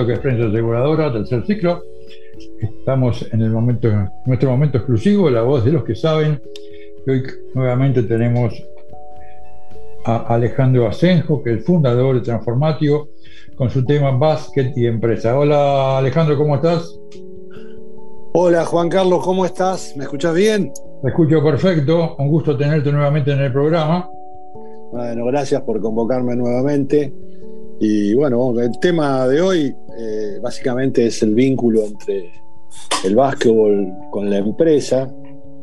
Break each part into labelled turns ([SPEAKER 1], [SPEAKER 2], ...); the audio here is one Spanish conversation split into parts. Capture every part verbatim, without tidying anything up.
[SPEAKER 1] que es Prensa Aseguradora, tercer ciclo. Estamos en el momento, nuestro momento exclusivo, la voz de los que saben. Y hoy nuevamente tenemos a Alejandro Asenjo, que es el fundador de Transformatio, con su tema básquet y empresa. Hola Alejandro, ¿cómo estás?
[SPEAKER 2] Hola Juan Carlos, ¿cómo estás? ¿Me escuchás bien?
[SPEAKER 1] Te escucho perfecto, un gusto tenerte nuevamente en el programa.
[SPEAKER 2] Bueno, gracias por convocarme nuevamente. Y bueno, el tema de hoy eh, básicamente es el vínculo entre el básquetbol con la empresa,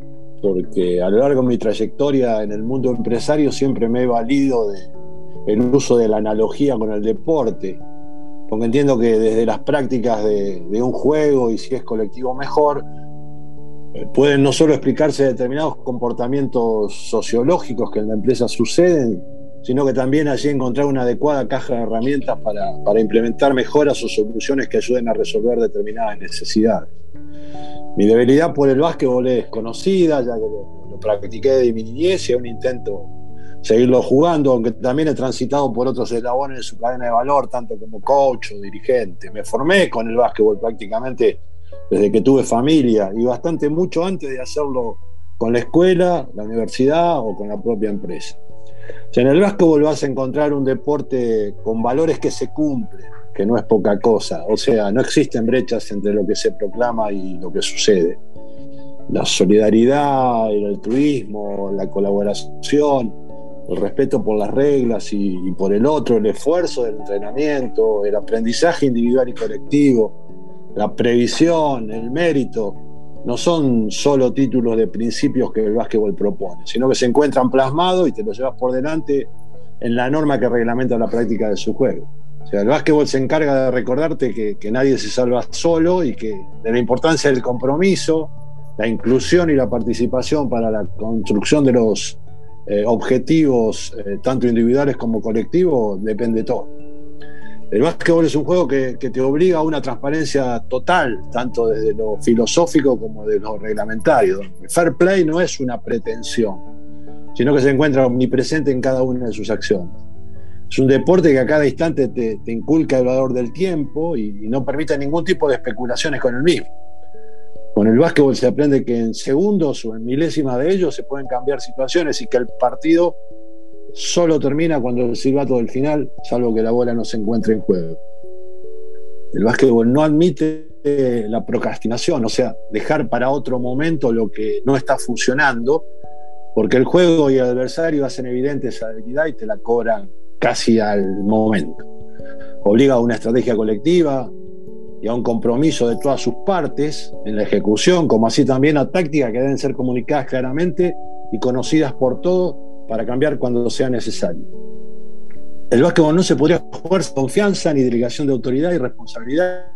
[SPEAKER 2] porque a lo largo de mi trayectoria en el mundo empresario siempre me he valido del uso de la analogía con el deporte, porque entiendo que desde las prácticas de, de un juego, y si es colectivo mejor, eh, pueden no solo explicarse determinados comportamientos sociológicos que en la empresa suceden, sino que también allí encontrar una adecuada caja de herramientas para, para implementar mejoras o soluciones que ayuden a resolver determinadas necesidades. Mi debilidad por el básquetbol es conocida, ya que lo, lo practiqué de mi niñez y aún intento seguirlo jugando, aunque también he transitado por otros eslabones de su cadena de valor, tanto como coach o dirigente. Me formé con el básquetbol prácticamente desde que tuve familia y bastante mucho antes de hacerlo con la escuela, la universidad o con la propia empresa. O sea, en el básquetbol vas a encontrar un deporte con valores que se cumplen, que no es poca cosa. O sea, no existen brechas entre lo que se proclama y lo que sucede. La solidaridad, el altruismo, la colaboración, el respeto por las reglas y, y por el otro, el esfuerzo del entrenamiento, el aprendizaje individual y colectivo, la previsión, el mérito, no son solo títulos de principios que el básquetbol propone, sino que se encuentran plasmados y te los llevas por delante en la norma que reglamenta la práctica de su juego. O sea, el básquetbol se encarga de recordarte que, que nadie se salva solo y que de la importancia del compromiso, la inclusión y la participación para la construcción de los eh, objetivos, eh, tanto individuales como colectivos, depende todo. El básquetbol es un juego que, que te obliga a una transparencia total, tanto desde lo filosófico como de lo reglamentario. El fair play no es una pretensión, sino que se encuentra omnipresente en cada una de sus acciones. Es un deporte que a cada instante te, te inculca el valor del tiempo y, y no permite ningún tipo de especulaciones con el mismo. Con el básquetbol se aprende que en segundos o en milésimas de ellos se pueden cambiar situaciones y que el partido solo termina cuando el silbato del final, salvo que la bola no se encuentre en juego. El básquetbol no admite la procrastinación, o sea, dejar para otro momento lo que no está funcionando, porque el juego y el adversario hacen evidente esa debilidad y te la cobran casi al momento. Obliga a una estrategia colectiva y a un compromiso de todas sus partes en la ejecución, como así también a tácticas que deben ser comunicadas claramente y conocidas por todos para cambiar cuando sea necesario. El básquetbol no se podría jugar sin confianza ni delegación de autoridad y responsabilidad,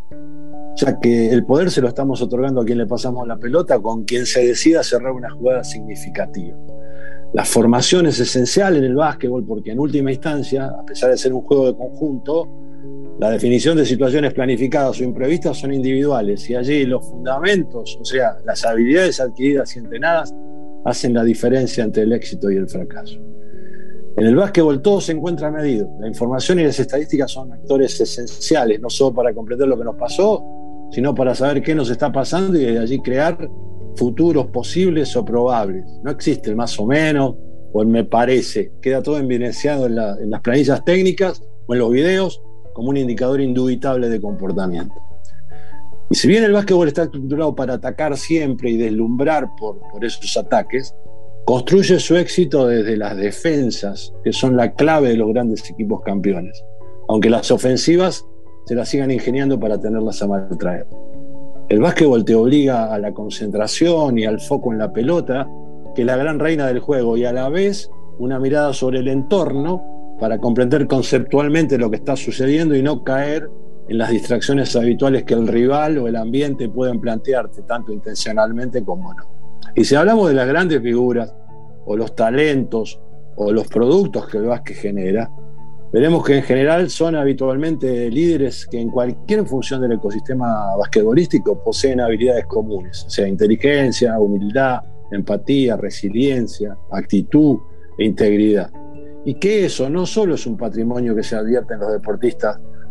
[SPEAKER 2] ya que el poder se lo estamos otorgando a quien le pasamos la pelota, con quien se decida cerrar una jugada significativa. La formación es esencial en el básquetbol porque en última instancia, a pesar de ser un juego de conjunto, la definición de situaciones planificadas o imprevistas son individuales y allí los fundamentos, o sea, las habilidades adquiridas y entrenadas, hacen la diferencia entre el éxito y el fracaso. En el básquetbol todo se encuentra medido. La información y las estadísticas son actores esenciales, no solo para comprender lo que nos pasó, sino para saber qué nos está pasando y desde allí crear futuros posibles o probables. No existe el más o menos o el me parece. Queda todo evidenciado en, la, en las planillas técnicas o en los videos como un indicador indubitable de comportamiento. Y si bien el básquetbol está estructurado para atacar siempre y deslumbrar por, por esos ataques, construye su éxito desde las defensas, que son la clave de los grandes equipos campeones, aunque las ofensivas se las sigan ingeniando para tenerlas a maltraer. El básquetbol te obliga a la concentración y al foco en la pelota, que es la gran reina del juego, y a la vez una mirada sobre el entorno para comprender conceptualmente lo que está sucediendo y no caer en las distracciones habituales que el rival o el ambiente pueden plantearte, tanto intencionalmente como no. Y si hablamos de las grandes figuras, o los talentos, o los productos que el básquet genera, veremos que en general son habitualmente líderes que en cualquier función del ecosistema basquetbolístico poseen habilidades comunes, o sea, inteligencia, humildad, empatía, resiliencia, actitud e integridad. Y que eso no solo es un patrimonio que se advierte en los deportistas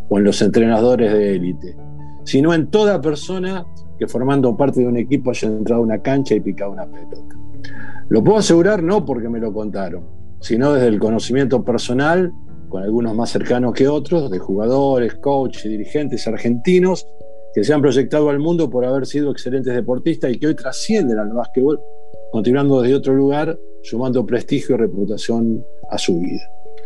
[SPEAKER 2] o en los entrenadores de élite, sino en toda persona que formando parte de un equipo haya entrado a una cancha y picado una pelota. Lo puedo asegurar no porque me lo contaron, sino desde el conocimiento personal, con algunos más cercanos que otros, de jugadores, coaches, dirigentes argentinos que se han proyectado al mundo por haber sido excelentes deportistas y que hoy trascienden al básquetbol, continuando desde otro lugar, sumando prestigio y reputación a su vida.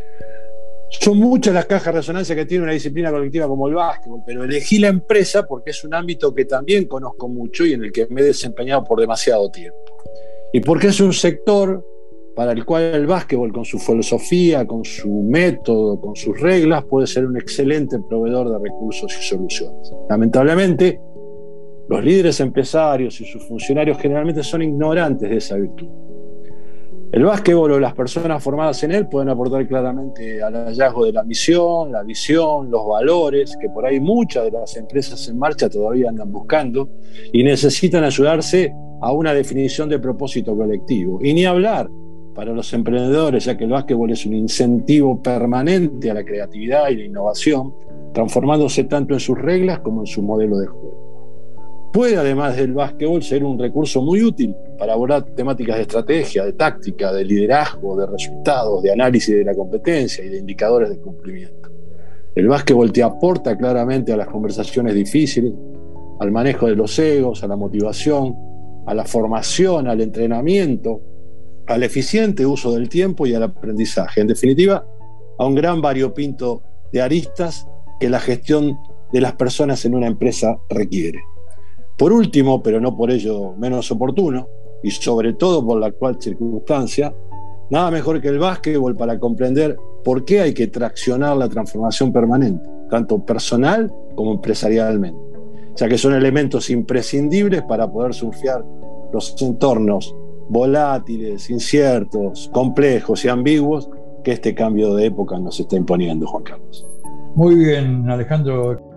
[SPEAKER 2] Son muchas las cajas de resonancia que tiene una disciplina colectiva como el básquetbol, pero elegí la empresa porque es un ámbito que también conozco mucho y en el que me he desempeñado por demasiado tiempo. Y porque es un sector para el cual el básquetbol, con su filosofía, con su método, con sus reglas, puede ser un excelente proveedor de recursos y soluciones. Lamentablemente, los líderes empresarios y sus funcionarios generalmente son ignorantes de esa virtud. El básquetbol o las personas formadas en él pueden aportar claramente al hallazgo de la misión, la visión, los valores que por ahí muchas de las empresas en marcha todavía andan buscando y necesitan ayudarse a una definición de propósito colectivo. Y ni hablar para los emprendedores, ya que el básquetbol es un incentivo permanente a la creatividad y la innovación, transformándose tanto en sus reglas como en su modelo de juego. Puede, además del básquetbol, ser un recurso muy útil para abordar temáticas de estrategia, de táctica, de liderazgo, de resultados, de análisis de la competencia y de indicadores de cumplimiento. El básquetbol te aporta claramente a las conversaciones difíciles, al manejo de los egos, a la motivación, a la formación, al entrenamiento, al eficiente uso del tiempo y al aprendizaje. En definitiva, a un gran variopinto de aristas que la gestión de las personas en una empresa requiere. Por último, pero no por ello menos oportuno, y sobre todo por la actual circunstancia, nada mejor que el básquetbol para comprender por qué hay que traccionar la transformación permanente, tanto personal como empresarialmente, ya que son elementos imprescindibles para poder surfear los entornos volátiles, inciertos, complejos y ambiguos que este cambio de época nos está imponiendo, Juan Carlos.
[SPEAKER 1] Muy bien, Alejandro.